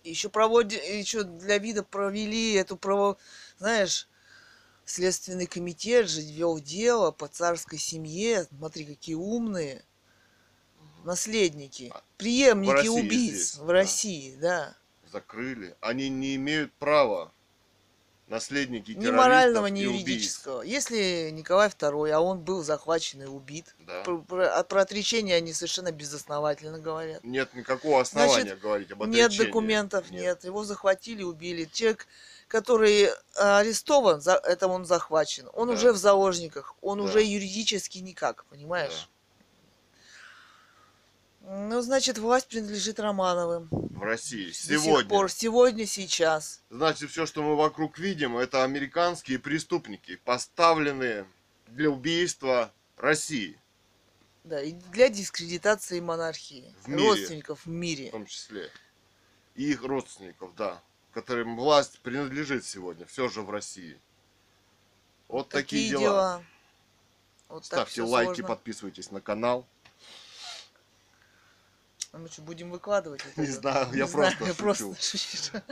Еще для вида провели эту знаешь, Следственный комитет же вел дело по царской семье. Смотри, какие умные наследники, преемники убийц здесь, в России, да. Закрыли. Они не имеют права наследники Ни морального, террористов ни и убийц. юридического. Если Николай II, а он был захвачен и убит, Да. про отречение они совершенно безосновательно говорят. Нет никакого основания говорить об Нет отречении. документов, нет. Его захватили, убили. Человек, который арестован, это он захвачен. Он Да. уже в заложниках, он Да. уже юридически никак, понимаешь? Ну, значит, власть принадлежит Романовым. В России. До Сегодня. сих пор, сегодня, сейчас. Значит, все, что мы вокруг видим, это американские преступники, поставленные для убийства России. Да, и для дискредитации монархии. В мире. Родственников в мире. В том числе. И их родственников, да. Которым власть принадлежит сегодня. Все же в России. Вот такие дела. Вот Ставьте так лайки, сложно. подписывайтесь на канал. А мы что, будем выкладывать? Не знаю, я просто шучу. шучу.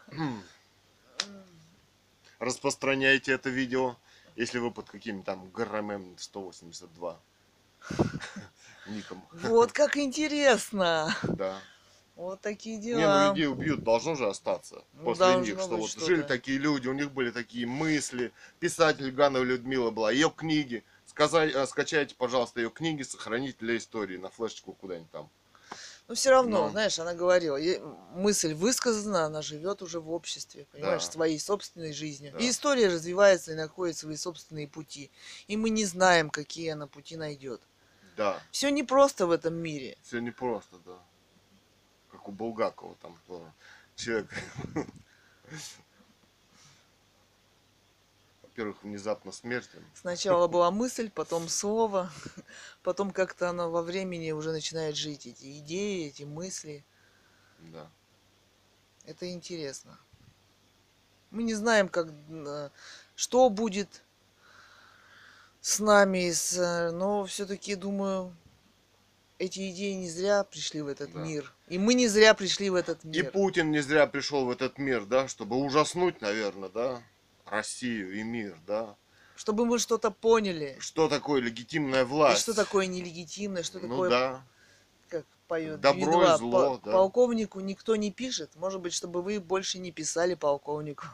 Распространяйте это видео, если вы под каким-то там ГРМ 182 ником. Вот как интересно. Да. Вот такие Не, ну дела. людей убьют, должно же остаться Ну, после должно них, что быть вот что-то. жили такие люди, у них были такие мысли. Писатель Ганова Людмила была, ее книги. Скачайте, пожалуйста, ее книги, сохраните для истории на флешечку куда-нибудь там. Но все равно, Но. знаешь, она говорила, мысль высказана, она живет уже в обществе, понимаешь, Да. своей собственной жизнью. Да. И история развивается и находит свои собственные пути. И мы не знаем, какие она пути найдет. Да. Все непросто в этом мире. Все непросто, да. Как у Булгакова там человек. Во-первых, внезапно смертен. Сначала была мысль, потом слово, потом как-то оно во времени уже начинает жить. Эти идеи, эти мысли. Да. Это интересно. Мы не знаем, что будет с нами, но все-таки, думаю, эти идеи не зря пришли в этот Да. мир. И мы не зря пришли в этот И мир. Путин не зря пришел в этот мир, да, чтобы ужаснуть, наверное, да, Россию и мир, да. Чтобы мы что-то поняли. Что такое легитимная И власть? что такое нелегитимное, что Ну такое, да. как поет Добро Би-2, и зло, да. полковнику никто не пишет. Может быть, чтобы вы больше не писали полковнику.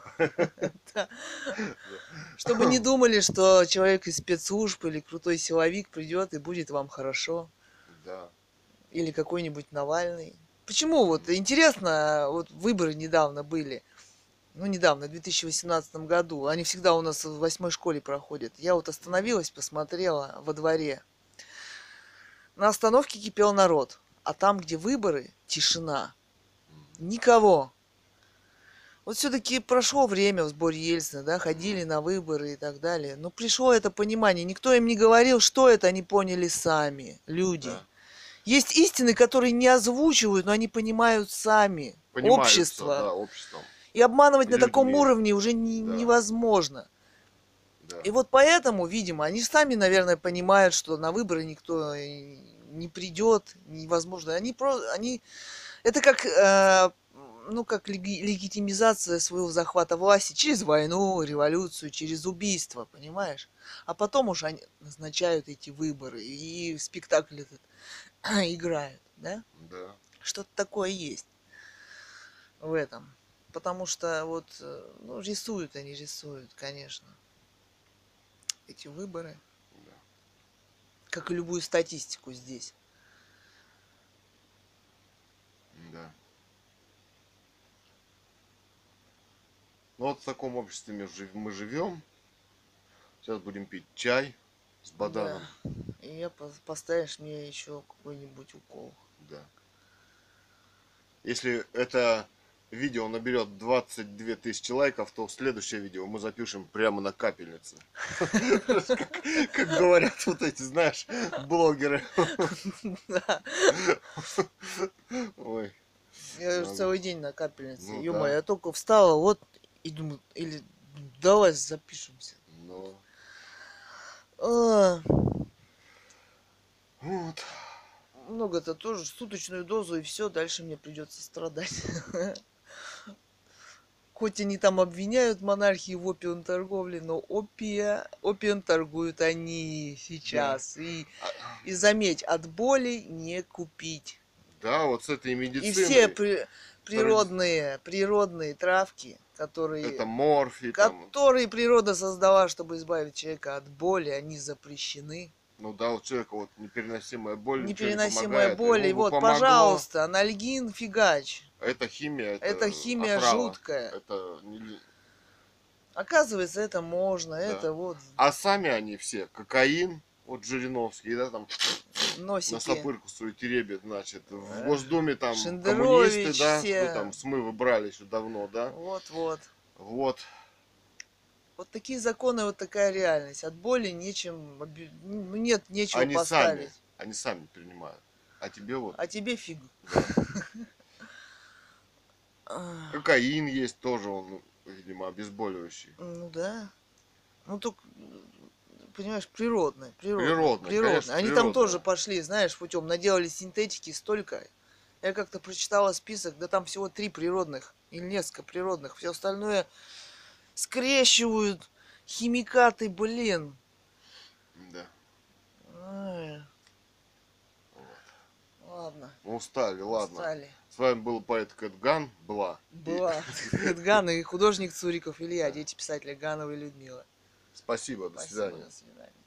Чтобы не думали, что человек из спецслужб или крутой силовик придет и будет вам хорошо. Да. Или какой-нибудь Навальный. Почему вот интересно, вот выборы недавно были. Ну, недавно, в 2018 году. Они всегда у нас в 8-й школе проходят. Я вот остановилась, посмотрела во дворе. На остановке кипел народ. А там, где выборы, тишина. Никого. Вот все-таки прошло время в сборе Ельцина, да, ходили на выборы и так далее. Но пришло это понимание. Никто им не говорил, что это, они поняли сами, люди. Да. Есть истины, которые не озвучивают, но они понимают сами. Понимаются, Общество. да, обществом. И обманывать И на таком людьми. уровне уже Да. невозможно. Да. И вот поэтому, видимо, они сами, наверное, понимают, что на выборы никто не придет, невозможно. Они это как, как легитимизация своего захвата власти через войну, революцию, через убийство, понимаешь? А потом уже они назначают эти выборы и спектакль этот играют, да? Да. Что-то такое есть в этом. Потому что вот, рисуют они, конечно, эти выборы. Да. Как и любую статистику здесь. Да. Ну вот в таком обществе мы живем. Сейчас будем пить чай с баданом. Да. И поставишь мне еще какой-нибудь укол. Да. Если это видео наберет 22 тысячи лайков, то следующее видео мы запишем прямо на капельнице. Как говорят вот эти, знаешь, блогеры. Ой. Я уже целый день на капельнице. Ну Ё-моё, да. я только встала, вот, и думаю, или давай запишемся. Ну, А, вот. Много-то тоже, суточную дозу, и все, дальше мне придется страдать. Хоть они там обвиняют монархии в опиум торговле, но опиум торгуют они сейчас. И заметь, от боли не купить. Да, вот с этой И медициной. все природные травки, Это морфий. Которые природа создала, чтобы избавить человека от боли, они запрещены. Ну да, у человека вот непереносимая боль. Непереносимая боль. И вот, помогло. Пожалуйста, анальгин фигач. Это химия. Это химия отрава. Жуткая. Это... Оказывается, это можно. Да. Это вот. А сами они все, кокаин, вот Жириновский, да, там носики. На сапырку свою теребит, значит. В Госдуме там Шендерович, коммунисты, да, все. ну, там СМы брали еще давно, да. Вот. Вот. Вот такие законы, вот такая реальность. От боли нечем, нет нечего поставить. Они сами принимают. А тебе вот. А тебе фиг. Кокаин есть тоже, он, видимо, обезболивающий. Ну да. Ну только, понимаешь, природное. Конечно, они там тоже пошли, знаешь, путем наделали синтетики столько. Я как-то прочитала список, да там всего 3 природных или несколько природных. Все остальное скрещивают химикаты, блин. Да. Ой. Вот. Ладно. Мы устали, ладно. С вами был поэт Кэтган. Была. Кэтган и художник Цуриков Илья, дети писателя Ганова и Людмила. Спасибо, до свидания. До свидания.